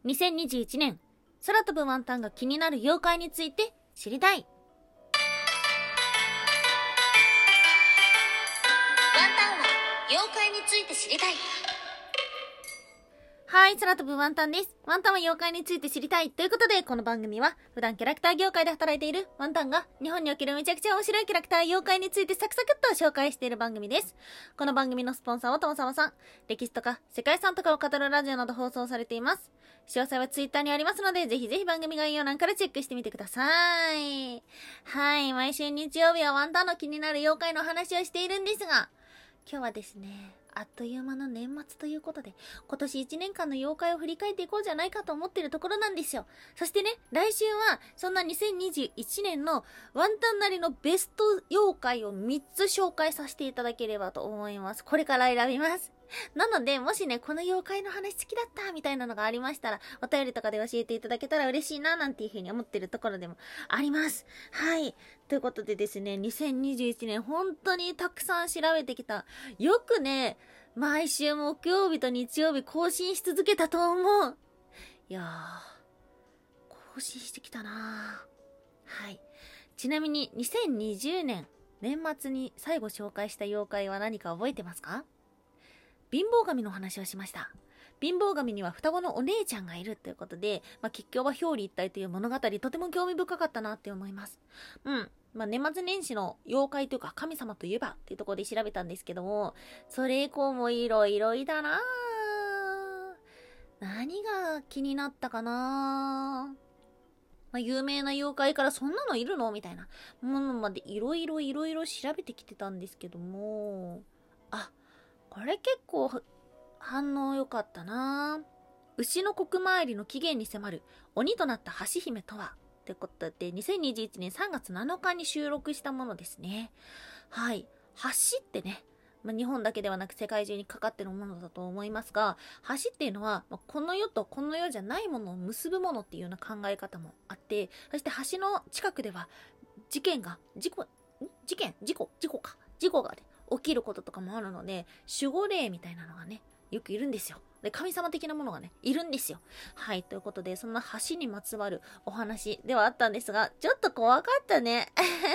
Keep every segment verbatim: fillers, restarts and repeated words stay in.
にせんにじゅういちねん、空飛ぶワンタンが気になる妖怪について知りたい。 ワンタンは妖怪について知りたい。 はい、空飛ぶワンタンです。ワンタンは妖怪について知りたい。ということで、この番組は、普段キャラクター業界で働いているワンタンが、日本におけるめちゃくちゃ面白いキャラクター妖怪についてサクサクっと紹介している番組です。この番組のスポンサーはともさまさん。歴史とか世界遺産とかを語るラジオなど放送されています。詳細はツイッターにありますので、ぜひぜひ番組概要欄からチェックしてみてください。はい、毎週日曜日はワンタンの気になる妖怪の話をしているんですが、今日はですね、あっという間の年末ということで、今年いちねんかんの妖怪を振り返っていこうじゃないかと思っているところなんですよ。そしてね、来週はそんなにせんにじゅういちねんのワンタンなりのベスト妖怪をみっつ紹介させていただければと思います。これから選びます。なので、もしね、この妖怪の話好きだったみたいなのがありましたら、お便りとかで教えていただけたら嬉しいななんていう風に思ってるところでもあります。はい。ということでですね、にせんにじゅういちねん本当にたくさん調べてきた。よくね、毎週木曜日と日曜日更新し続けたと思う。いやー、更新してきたなー。はい。ちなみににせんにじゅうねん年末に最後紹介した妖怪は何か覚えてますか？貧乏神の話をしました。貧乏神には双子のお姉ちゃんがいるということで、まあ、吉凶は表裏一体という物語、とても興味深かったなって思います。うん。まあ、年末年始の妖怪というか神様といえばっていうところで調べたんですけども、それ以降もいろいろいだなぁ。何が気になったかなぁ。まあ、有名な妖怪からそんなのいるのみたいなものまでいろいろいろいろ調べてきてたんですけども、あ、これ結構反応良かったな。牛の国参りの起源に迫る鬼となった橋姫とはってことで、にせんにじゅういちねんさんがつなのかに収録したものですね。はい。橋ってね、まあ、日本だけではなく世界中にかかってるものだと思いますが、橋っていうのは、まあ、この世とこの世じゃないものを結ぶものっていうような考え方もあって、そして橋の近くでは事件が、事故、事件事故事故か。事故がね、起きることとかもあるので、守護霊みたいなのがね、よくいるんですよ。で、神様的なものがね、いるんですよ。はい、ということで、そんな橋にまつわるお話ではあったんですが、ちょっと怖かったね。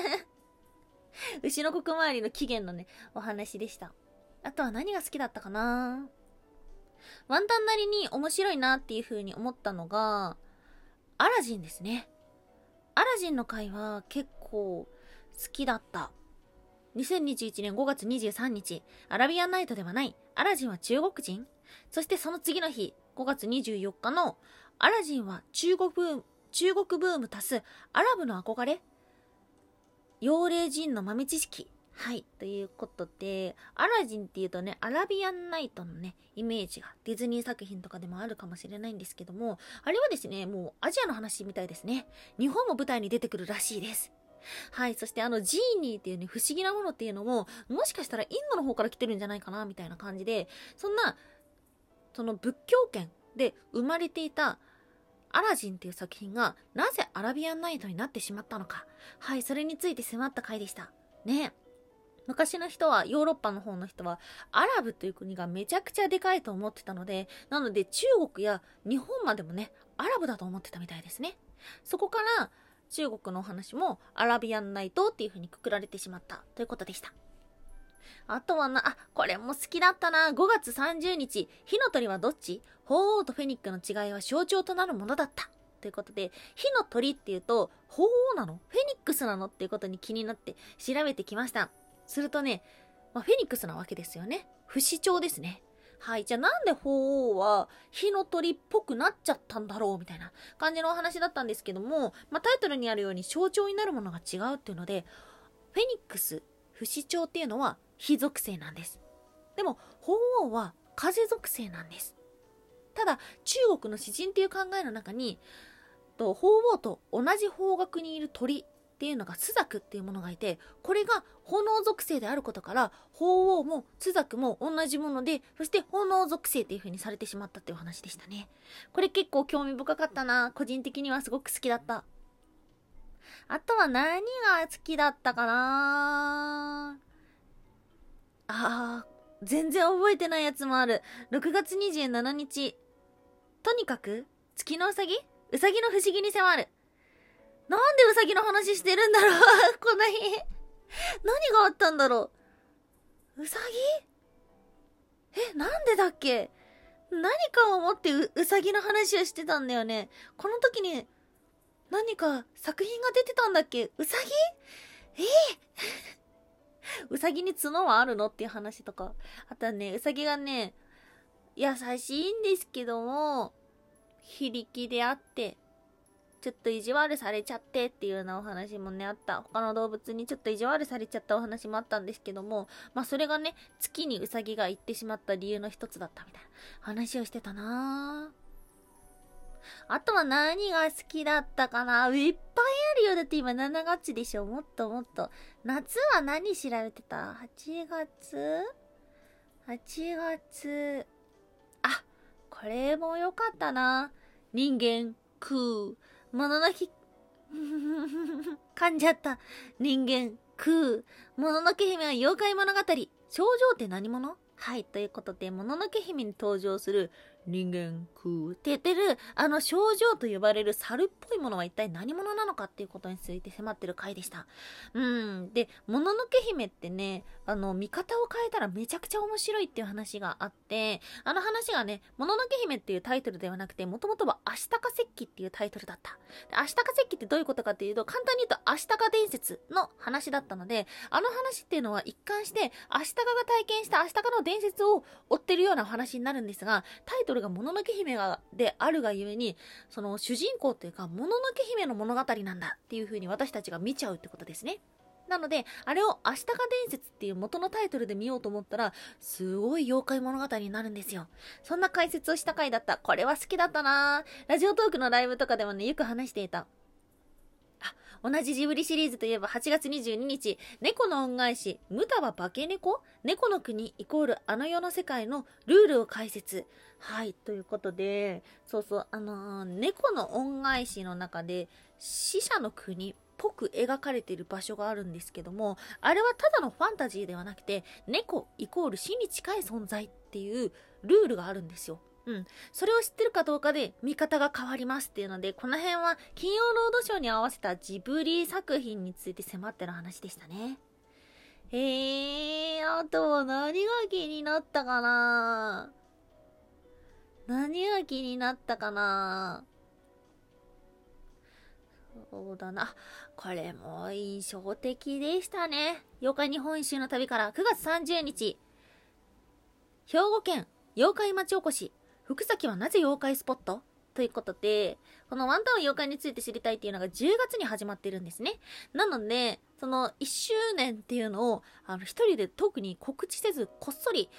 牛の国回りの起源のね、お話でした。あとは何が好きだったかな？ワンタンなりに面白いなっていう風に思ったのが、アラジンですね。アラジンの回は結構好きだった。にせんにじゅういちねんごがつにじゅうさんにち、アラビアンナイトではない、アラジンは中国人？そしてその次の日、ごがつにじゅうよっかの、アラジンは中国ブーム、中国ブーム足すアラブの憧れ？妖霊人の豆知識。はい。ということで、アラジンっていうとね、アラビアンナイトのね、イメージがディズニー作品とかでもあるかもしれないんですけども、あれはですね、もうアジアの話みたいですね。日本も舞台に出てくるらしいです。はい。そしてあのジーニーっていうね、不思議なものっていうのも、もしかしたらインドの方から来てるんじゃないかな、みたいな感じで、そんな、その仏教圏で生まれていたアラジンっていう作品が、なぜアラビアンナイトになってしまったのか。はい、それについて迫った回でした。ね。昔の人は、ヨーロッパの方の人は、アラブという国がめちゃくちゃでかいと思ってたので、なので中国や日本までもね、アラブだと思ってたみたいですね。そこから、中国のお話もアラビアンナイトっていう風にくくられてしまったということでした。あとはな、あ、これも好きだったな。ごがつさんじゅうにち、火の鳥はどっち？鳳凰とフェニックの違いは象徴となるものだった。ということで、火の鳥っていうと、鳳凰なの？フェニックスなの？っていうことに気になって調べてきました。するとね、まあ、フェニックスなわけですよね。不死鳥ですね。はい。じゃあなんで鳳凰は火の鳥っぽくなっちゃったんだろうみたいな感じのお話だったんですけども、まあ、タイトルにあるように象徴になるものが違うっていうので、フェニックス、不死鳥っていうのは火属性なんです。でも、鳳凰は風属性なんです。ただ、中国の詩人っていう考えの中に、と鳳凰と同じ方角にいる鳥っていうのが朱雀っていうものがいて、これが炎属性であることから、鳳凰も朱雀も同じもので、そして炎属性っていう風にされてしまったっていう話でしたね。これ結構興味深かったな。個人的にはすごく好きだった。あとは何が好きだったかなあー、全然覚えてないやつもある。ろくがつにじゅうしちにち。とにかく月のうさぎ？うさぎの不思議に迫る。なんでうさぎの話してるんだろうこの日。何があったんだろう。うさぎ？え、なんでだっけ？何かを思ってう、うさぎの話をしてたんだよね。この時に何か作品が出てたんだっけ？うさぎ？えー、うさぎに角はあるのっていう話とか。あとはね、うさぎがね、優しいんですけども、非力であって、ちょっと意地悪されちゃってっていうようなお話もね、あった。他の動物にちょっと意地悪されちゃったお話もあったんですけども、まあそれがね、月にウサギが行ってしまった理由の一つだったみたいな話をしてたなぁ。あとは何が好きだったかな？いっぱいあるよ。だって今しちがつでしょ。もっともっと。夏は何調べてた？ はち 月 ?はち 月。あ、これも良かったな。人間食う。もののけ、噛んじゃった。人間食う。もののけ姫は妖怪物語。症状って何者？はい、ということで、もののけ姫に登場する人間食うって言ってる、あの症状と呼ばれる猿っぽいものは一体何者なのかっていうことについて迫ってる回でした。うん。で、もののけ姫ってね、あの、見方を変えたらめちゃくちゃ面白いっていう話があって、あの話がね、もののけ姫っていうタイトルではなくて、もともとはアシタカ石器っていうタイトルだった。で、アシタカ石器ってどういうことかっていうと、簡単に言うとアシタカ伝説の話だったので、あの話っていうのは一貫して、アシタカが体験したアシタカの伝説を追ってるようなお話になるんですが、タイトルがもののけ姫がであるがゆえに、その主人公というかもののけ姫の物語なんだっていう風に私たちが見ちゃうってことですね。なのであれをアシタカ伝説っていう元のタイトルで見ようと思ったら、すごい妖怪物語になるんですよ。そんな解説をした回だった。これは好きだったな。ラジオトークのライブとかでもね、よく話していた。同じジブリシリーズといえばはちがつにじゅうににち、猫の恩返し、ムタは化け猫？猫の国イコールあの世の世界のルールを解説。はい、ということで、そうそう、あのー、猫の恩返しの中で死者の国っぽく描かれている場所があるんですけども、あれはただのファンタジーではなくて、猫イコール死に近い存在っていうルールがあるんですよ。うん。それを知ってるかどうかで見方が変わりますっていうので、この辺は金曜ロードショーに合わせたジブリ作品について迫っての話でしたね。へえー、あとは何が気になったかな？何が気になったかな？そうだな。これも印象的でしたね。妖怪日本一周の旅からくがつさんじゅうにち。兵庫県妖怪町おこし。福崎はなぜ妖怪スポット？ということで、このワンタン妖怪について知りたいっていうのがじゅうがつに始まってるんですね。なので、そのいっしゅうねんっていうのを、あの、一人で特に告知せず、こっそり、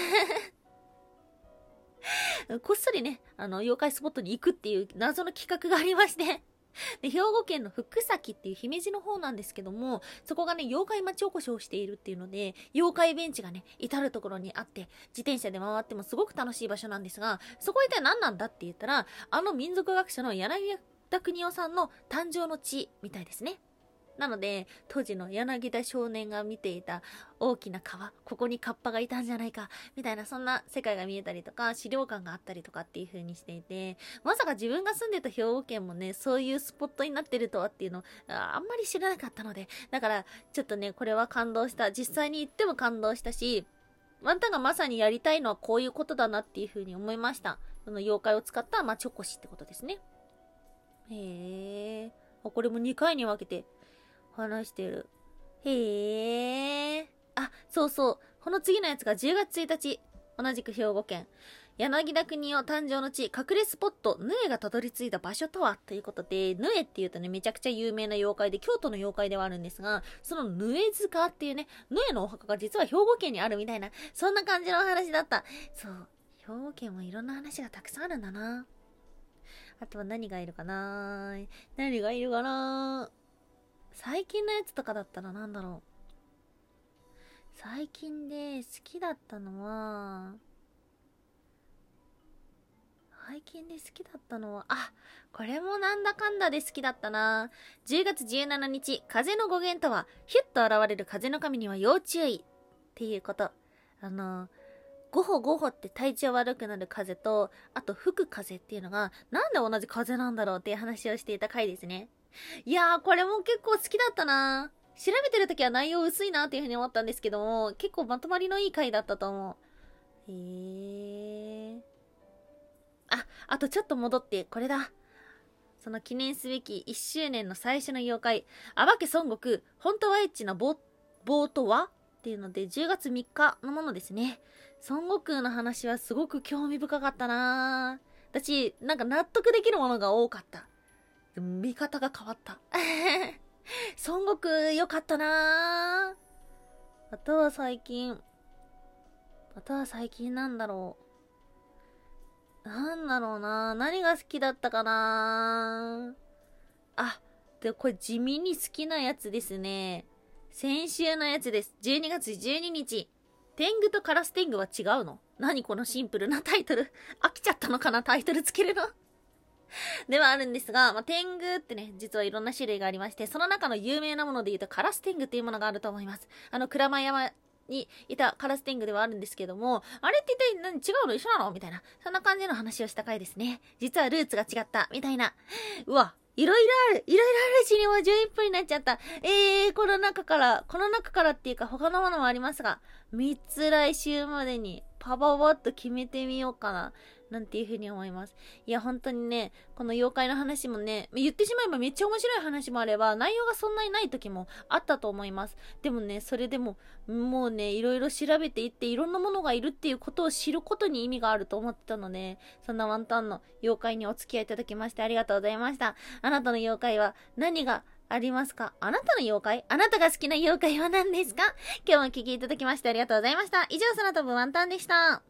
こっそりね、あの、妖怪スポットに行くっていう謎の企画がありまして。で、兵庫県の福崎っていう姫路の方なんですけども、そこがね、妖怪町おこしをしているっていうので、妖怪ベンチがね、至るところにあって、自転車で回ってもすごく楽しい場所なんですが、そこ一体何なんだって言ったら、あの民族学者の柳田国夫さんの誕生の地みたいですね。なので、当時の柳田少年が見ていた大きな川、ここにカッパがいたんじゃないか、みたいなそんな世界が見えたりとか、資料館があったりとかっていう風にしていて、まさか自分が住んでた兵庫県もね、そういうスポットになってるとはっていうの、あんまり知らなかったので、だから、ちょっとね、これは感動した。実際に行っても感動したし、ワンタンがまさにやりたいのはこういうことだなっていう風に思いました。その妖怪を使った町おこしってことですね。へー。これもにかいに分けて、話してる。へえ。あ、そうそう。この次のやつがじゅうがつついたち。同じく兵庫県。柳田国夫誕生の地、隠れスポット、ヌエがたどり着いた場所とはということで、ヌエっていうとね、めちゃくちゃ有名な妖怪で、京都の妖怪ではあるんですが、そのヌエ塚っていうね、ヌエのお墓が実は兵庫県にあるみたいな、そんな感じのお話だった。そう。兵庫県もいろんな話がたくさんあるんだな。あとは何がいるかな？何がいるかな？最近のやつとかだったらなんだろう。最近で好きだったのは、最近で好きだったのは、あ、これもなんだかんだで好きだったな。じゅうがつじゅうしちにち、風の語源とは、ヒュッと現れる風の神には要注意っていうこと。あの、 ゴホゴホって体調悪くなる風と、あと吹く風っていうのが、なんで同じ風なんだろうっていう話をしていた回ですね。いやー、これも結構好きだったな。調べてるときは内容薄いなっていうふうに思ったんですけども、結構まとまりのいい回だったと思う。へー。あ、あとちょっと戻って、これだ。その記念すべきいっしゅうねんの最初の妖怪、暴け孫悟空、本当はエッチな棒、棒とはっていうので、じゅうがつみっかのものですね。孫悟空の話はすごく興味深かったなぁ。私、なんか納得できるものが多かった。見方が変わった。孫悟空よかったなぁ。あとは最近、あとは最近なんだろう。なんだろうなぁ。何が好きだったかなぁ。あ、で、これ地味に好きなやつですね。先週のやつです。じゅうにがつじゅうににち。天狗とカラス天狗は違うの？何このシンプルなタイトル。飽きちゃったのかな、タイトルつけるの。ではあるんですが、まあ、天狗ってね、実はいろんな種類がありまして、その中の有名なもので言うとカラス天狗っていうものがあると思います。あの、鞍馬山にいたカラス天狗ではあるんですけども、あれって一体何違うの一緒なのみたいな。そんな感じの話をした回ですね。実はルーツが違った。みたいな。うわ。いろいろある。いろいろあるうちにもうじゅういっぷんになっちゃった。えー、この中から、この中からっていうか他のものもありますが、みっつ来週までにパパパッと決めてみようかな。なんていうふうに思います。いや、本当にね、この妖怪の話もね、言ってしまえばめっちゃ面白い話もあれば、内容がそんなにない時もあったと思います。でもね、それでも、もうね、いろいろ調べていって、いろんなものがいるっていうことを知ることに意味があると思ってたので、そんなワンタンの妖怪にお付き合いいただきましてありがとうございました。あなたの妖怪は何がありますか？あなたの妖怪？あなたが好きな妖怪は何ですか？今日もお聞きいただきましてありがとうございました。以上、空飛ぶワンタンでした。